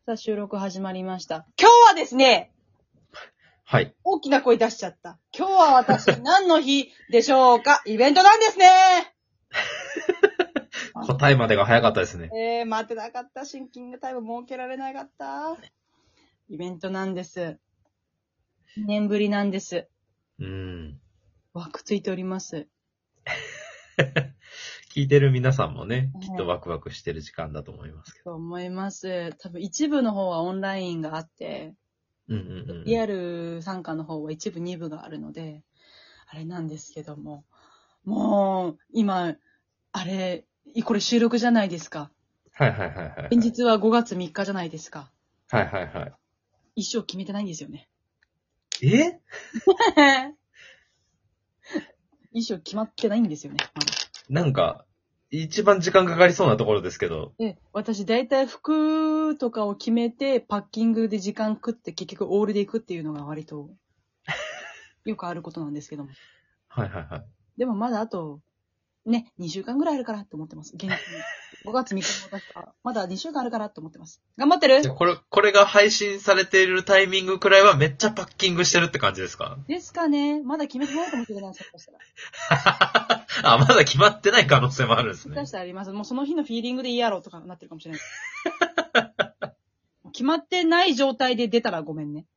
さあ、収録始まりました。今日はですね、 はい。 大きな声出しちゃった。今日は私、何の日でしょうか？イベントなんですね。 答えまでが早かったですね。 待ってなかった。シンキングタイム設けられなかった。イベントなんです。2年ぶりなんです。ワクついております。 聞いてる皆さんもね、きっとワクワクしてる時間だと思いますけど。 と思います。多分一部の方はオンラインがあって、リアル参加の方は一部二部があるので、あれなんですけども、もう、今、これ収録じゃないですか。 はいはいはいはい。 現実は5月3日じゃないですか。 はいはいはい。 衣装決めてないんですよね。衣装決まってないんですよね、まだ。 なんか、一番時間かかりそうなところですけど。 私大体服とかを決めて、パッキングで時間食って結局オールで行くっていうのが割と、よくあることなんですけども。 はいはいはい。 でもまだあと、ね、2週間ぐらいあるからって思ってます。現実に。5月3日の私は、まだ2週間あるからって思ってます。頑張ってる？ これが配信されているタイミングくらいはめっちゃパッキングしてるって感じですか？ ですかね。まだ決めてないかもしれない、そしたら。 あ、まだ決まってない可能性もあるんですね。 出してあります。もうその日のフィーリングでいいやろとかなってるかもしれない。決まってない状態で出たらごめんね。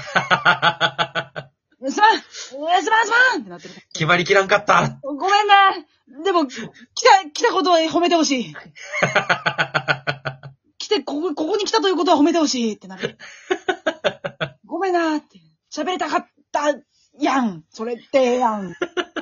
すまんってなってる。 決まりきらんかった。 ごめんな。でも、来たことは褒めてほしい。ここに来たということは褒めてほしいってなる。ごめんなって。喋りたかったやん。それってやん。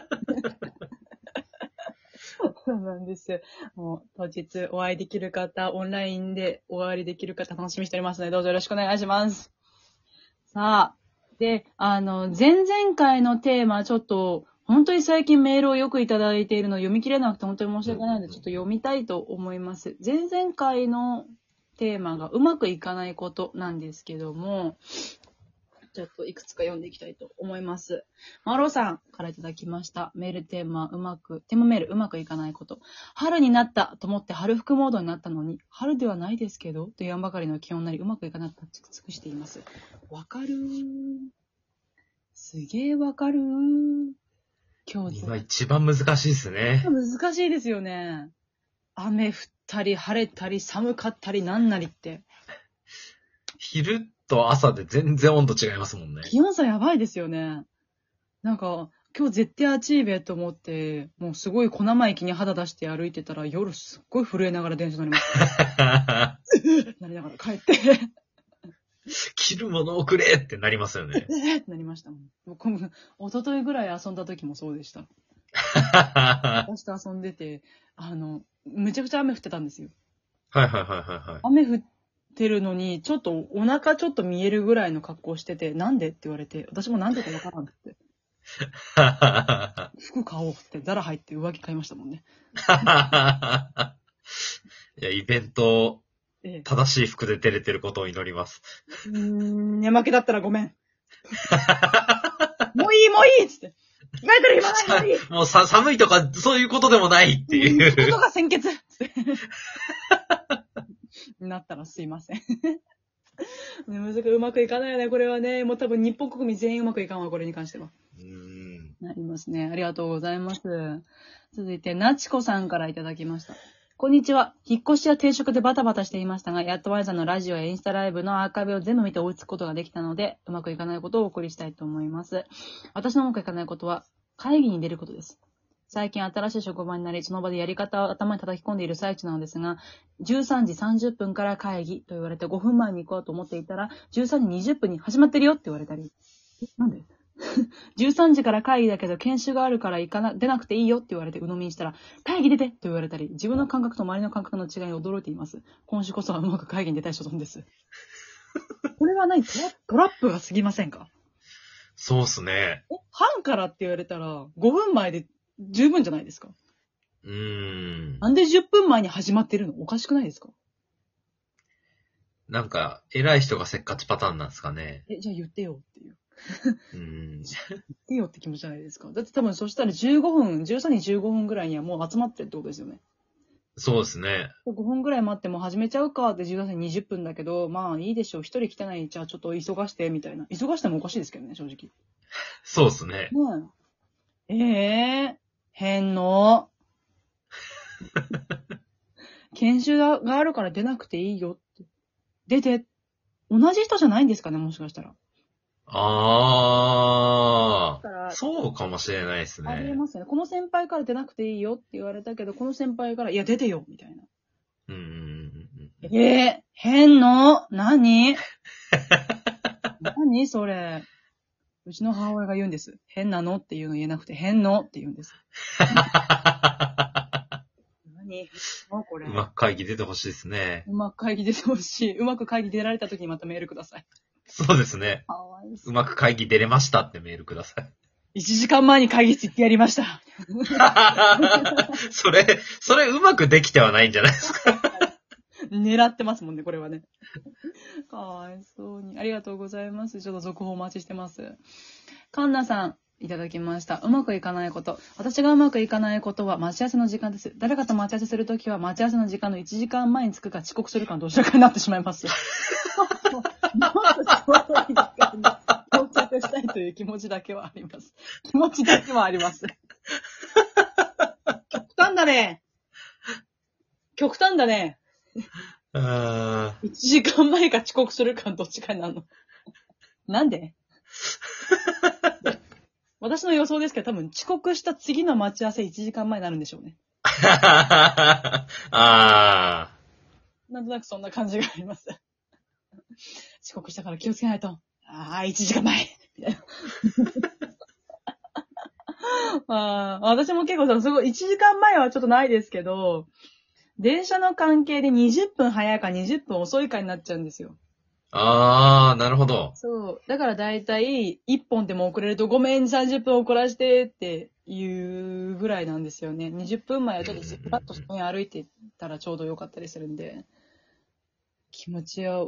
そうなんです。もう当日お会いできる方、オンラインでお会いできる方楽しみにしておりますので、どうぞよろしくお願いします。さあ、で、前々回のテーマ、ちょっと、本当に最近メールをよくいただいているのを読み切れなくて本当に申し訳ないので、ちょっと読みたいと思います。前々回のテーマがうまくいかないことなんですけども、ちょっといくつか読んでいきたいと思います。マロさんからいただきました。メールテーマメールうまくいかないこと。春になったと思って春服モードになったのに、春ではないですけど、と言わんばかりの気温になりうまくいかなく尽くしています。わかるー。すげえわかるー。 今一番難しいですね。 難しいですよね。雨降ったり晴れたり寒かったりなんなりって。 昼と朝で全然温度違いますもんね。 気温差やばいですよね。なんか、今日絶対暑いべと思って、もうすごい小生意気に肌出して歩いてたら、夜すっごい震えながら電車乗りました。なりながら帰って。 着るものをくれってなりますよね。 ってなりましたもん。一昨日ぐらい遊んだ時もそうでした。私と遊んでて、めちゃくちゃ雨降ってたんですよ。 はいはいはいはいはい。 雨降ってるのに、ちょっとお腹ちょっと見えるぐらいの格好してて、なんでって言われて、私もなんでかわからんって。服買おうってザラ入って上着買いましたもんね。 いや、イベント、正しい服で出れてることを祈ります。 寝負けだったらごめん。もういいっつって。着替えてる暇ないのに。 もう寒いとかそういうことでもないっていう。 服が鮮血つって。なったらすいません。うまくいかないよね、これはね。もう多分日本国民全員うまくいかんわ、これに関しては。なりますね。ありがとうございます。続いて、なちこさんからいただきました。こんにちは。引っ越しや定職でバタバタしていましたが、やっとワイさんのラジオやインスタライブのアーカイブを全部見て追いつくことができたので、うまくいかないことをお送りしたいと思います。私のうまくいかないことは、会議に出ることです。最近新しい職場になり、その場でやり方を頭に叩き込んでいる最中なのですが、13時30分から会議と言われて5分前に行こうと思っていたら、13時20分に始まってるよって言われたり、なんで13時から会議だけど研修があるから出なくていいよって言われて鵜呑みにしたら、会議出てと言われたり、自分の感覚と周りの感覚の違いに驚いています。今週こそはうまく会議に出たい所存です。これは何トラップが過ぎませんか？ そうっすね。 半からって言われたら5分前で十分じゃないですか？なんで10分前に始まってるの？おかしくないですか？ なんか、偉い人がせっかちパターンなんですかね。 じゃあ言ってよっていう。言ってよって気持ちじゃないですか。だって多分そしたら13時15分ぐらいにはもう集まってるってことですよね。 そうですね。 5分ぐらい待っても始めちゃうかって10分20分だけど、まあいいでしょう。一人来てない。じゃあちょっと急がして、みたいな。急がしてもおかしいですけどね、正直。 そうですね。 ねえ。返納。研修があるから出なくていいよって。出て、同じ人じゃないんですかね、もしかしたら。だからそうかもしれないですありえね。 ますよね。この先輩から出なくていいよって言われたけど、この先輩から、いや、出てよみたいな。 うんうんうんうん。 変の何何それ。うちの母親が言うんです。変なのっていうの言えなくて、変のって言うんです。何これ。 うまく会議出てほしいですね。 うまく会議出てほしい。うまく会議出られた時にまたメールください。 そうですね。 かわいそう。 うまく会議出れましたってメールください。 1時間前に会議室行ってやりました。 それうまくできてはないんじゃないですか。 狙ってますもんね、これはね。かわいそうに。ありがとうございます。ちょっと続報お待ちしてます。カンナさん、いただきました。うまくいかないこと。私がうまくいかないことは待ち合わせの時間です。誰かと待ち合わせするときは待ち合わせの時間の1時間前に着くか遅刻するかどちらかになってしまいます。もっと仕事に時間に到着したいという気持ちだけはあります。気持ちだけはあります。極端だね。極端だね。1時間前か遅刻するかどっちかになるの。なんで私の予想ですけど、多分遅刻した次の待ち合わせ1時間前になるんでしょうね。なんとなくそんな感じがあります。遅刻したから気をつけないと。1時間前みたいな。私も結構すごい、1時間前はちょっとないですけど、電車の関係で20分早いか20分遅いかになっちゃうんですよ。 なるほど。 そう。だからだいたい1本でも遅れるとごめん30分遅らしてっていうぐらいなんですよね。20分前はちょっとふらっとそこに歩いてたらちょうどよかったりするんで。気持ちは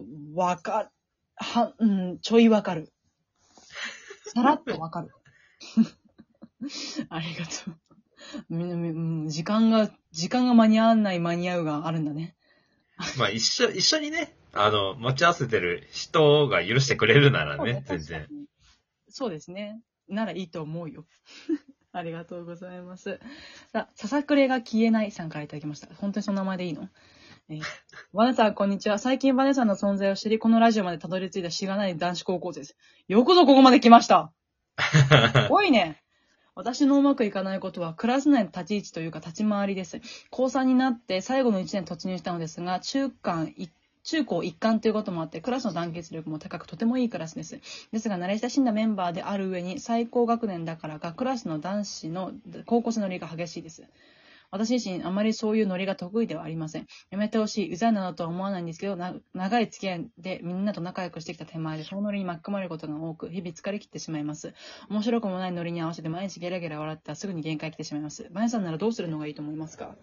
ちょいわかる。さらっとわかる。ありがとう。時間が間に合わない間に合うがあるんだね。 まあ一緒にね、待ち合わせてる人が許してくれるならね、全然。 そうですね。ならいいと思うよ。ありがとうございます。ささくれが消えないさんからいただきました。本当にその名前でいいの？バネさん、こんにちは。最近バネさんの存在を知り、このラジオまでたどり着いたしがない男子高校生です。よくぞここまで来ました。すごいね。私のうまくいかないことは、クラス内の立ち位置というか立ち回りです。高3になって最後の1年突入したのですが、中高一貫ということもあって、クラスの団結力も高くとてもいいクラスです。ですが、慣れ親しんだメンバーである上に、最高学年だからか、クラスの男子の高校生ノリが激しいです。私自身あまりそういうノリが得意ではありません。やめてほしい、うざいなどとは思わないんですけど、長い付き合いでみんなと仲良くしてきた手前で、そのノリに巻き込まれることが多く、日々疲れ切ってしまいます。面白くもないノリに合わせて毎日ゲラゲラ笑ったらすぐに限界来てしまいます。バネさんならどうするのがいいと思いますか？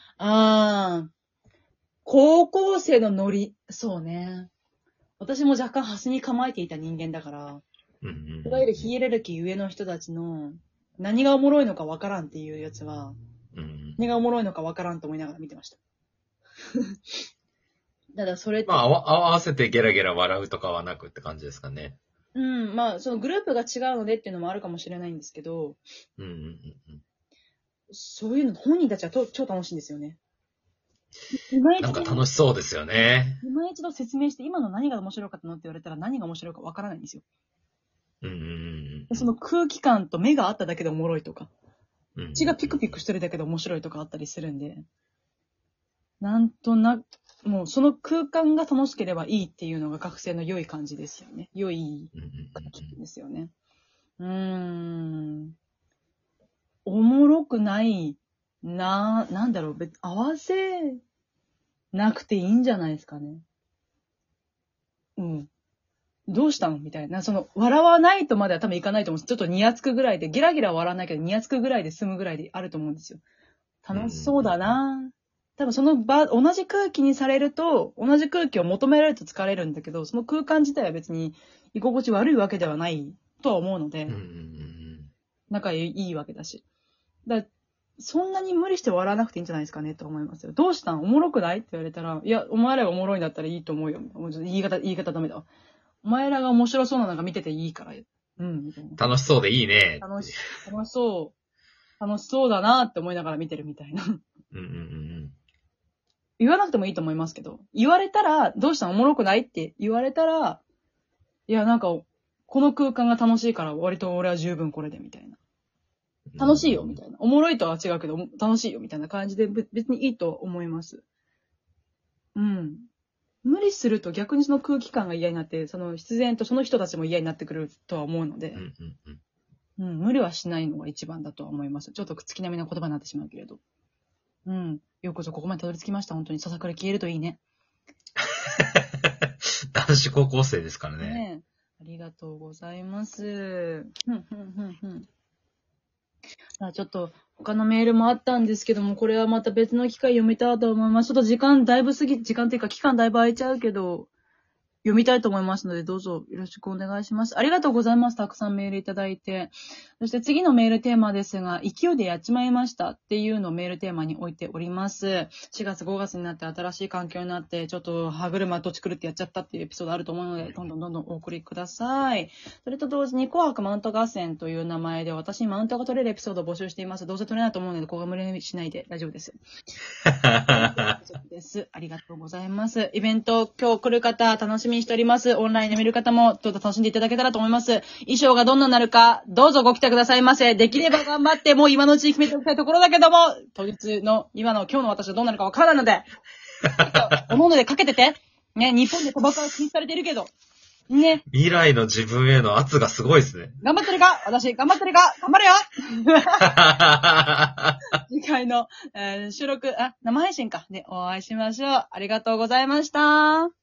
高校生のノリ。そうね。私も若干ハスに構えていた人間だから、いわゆるヒエラルキー上の人たちの何がおもろいのかわからんっていうやつは、何がおもろいのかわからんと思いながら見てました。だからそれって。 まあ、合わせてゲラゲラ笑うとかはなくって感じですかね。 まあ、そのグループが違うのでっていうのもあるかもしれないんですけど、そういうの本人たちは超楽しいんですよね。 なんか楽しそうですよね。 今一度説明して、今の何が面白かったのって言われたら何が面白いかわからないんですよ。その空気感と目があっただけでおもろいとか、血がピクピクしてるだけで面白いとかあったりするんで、なんとなく、もうその空間が楽しければいいっていうのが学生の良い感じですよね。良い感じですよね。おもろくないなんだろう、合わせなくていいんじゃないですかね。どうしたのみたいな。笑わないとまでは多分いかないと思うんです。ちょっとニヤつくぐらいで、ギラギラ笑わないけど、ニヤつくぐらいで済むぐらいであると思うんですよ。楽しそうだな多分その同じ空気にされると、同じ空気を求められると疲れるんだけど、その空間自体は別に居心地悪いわけではないとは思うので、仲いいわけだし。 そんなに無理して笑わなくていいんじゃないですかねと思いますよ。どうしたんおもろくないって言われたら、いや、お前らがおもろいんだったらいいと思うよ。言い方ダメだわ。お前らが面白そうなのが見てていいから。うん、みたいな。 楽しそうでいいね。 楽しそうだなって思いながら見てるみたいな。言わなくてもいいと思いますけど、言われたら、どうしたんおもろくないって言われたら、いや、なんか、この空間が楽しいから割と俺は十分これでみたいな。楽しいよみたいな。おもろいとは違うけど、楽しいよみたいな感じで別にいいと思います。うん。無理すると逆にその空気感が嫌になって、その必然とその人たちも嫌になってくるとは思うので、無理はしないのが一番だとは思います。ちょっと月並みな言葉になってしまうけれど。うん。よくぞここまでたどり着きました。本当にささくれ消えるといいね。 男子高校生ですからね。 ねえ。ありがとうございます。ちょっと他のメールもあったんですけども、これはまた別の機会読みたいと思います。ちょっと時間っていうか期間だいぶ空いちゃうけど、読みたいと思いますので、どうぞよろしくお願いします。ありがとうございます。たくさんメールいただいて。そして次のメールテーマですが、勢いでやっちまいましたっていうのをメールテーマに置いております。4月5月になって新しい環境になって、ちょっと歯車どっち狂ってやっちゃったっていうエピソードあると思うので、どんどんお送りください。それと同時に紅白マウント合戦という名前で私にマウントが取れるエピソードを募集しています。どうせ取れないと思うので、ここが無理しないで大丈夫です。大丈夫です。ありがとうございます。イベント今日来る方楽しみにしております。オンラインで見る方もちょっと楽しんでいただけたらと思います。衣装がどんなになるか、どうぞご期待くださいませ。できれば頑張ってもう今のうちに決めておきたいところだけども、当日の今の今日の私はどうなるかわからないので、思うのでかけてて。ね、日本で賭博は禁止されてるけど。ね。 未来の自分への圧がすごいですね。 頑張ってるか私、頑張ってるか頑張れよ次回の、収録、生配信か。で、お会いしましょう。ありがとうございました。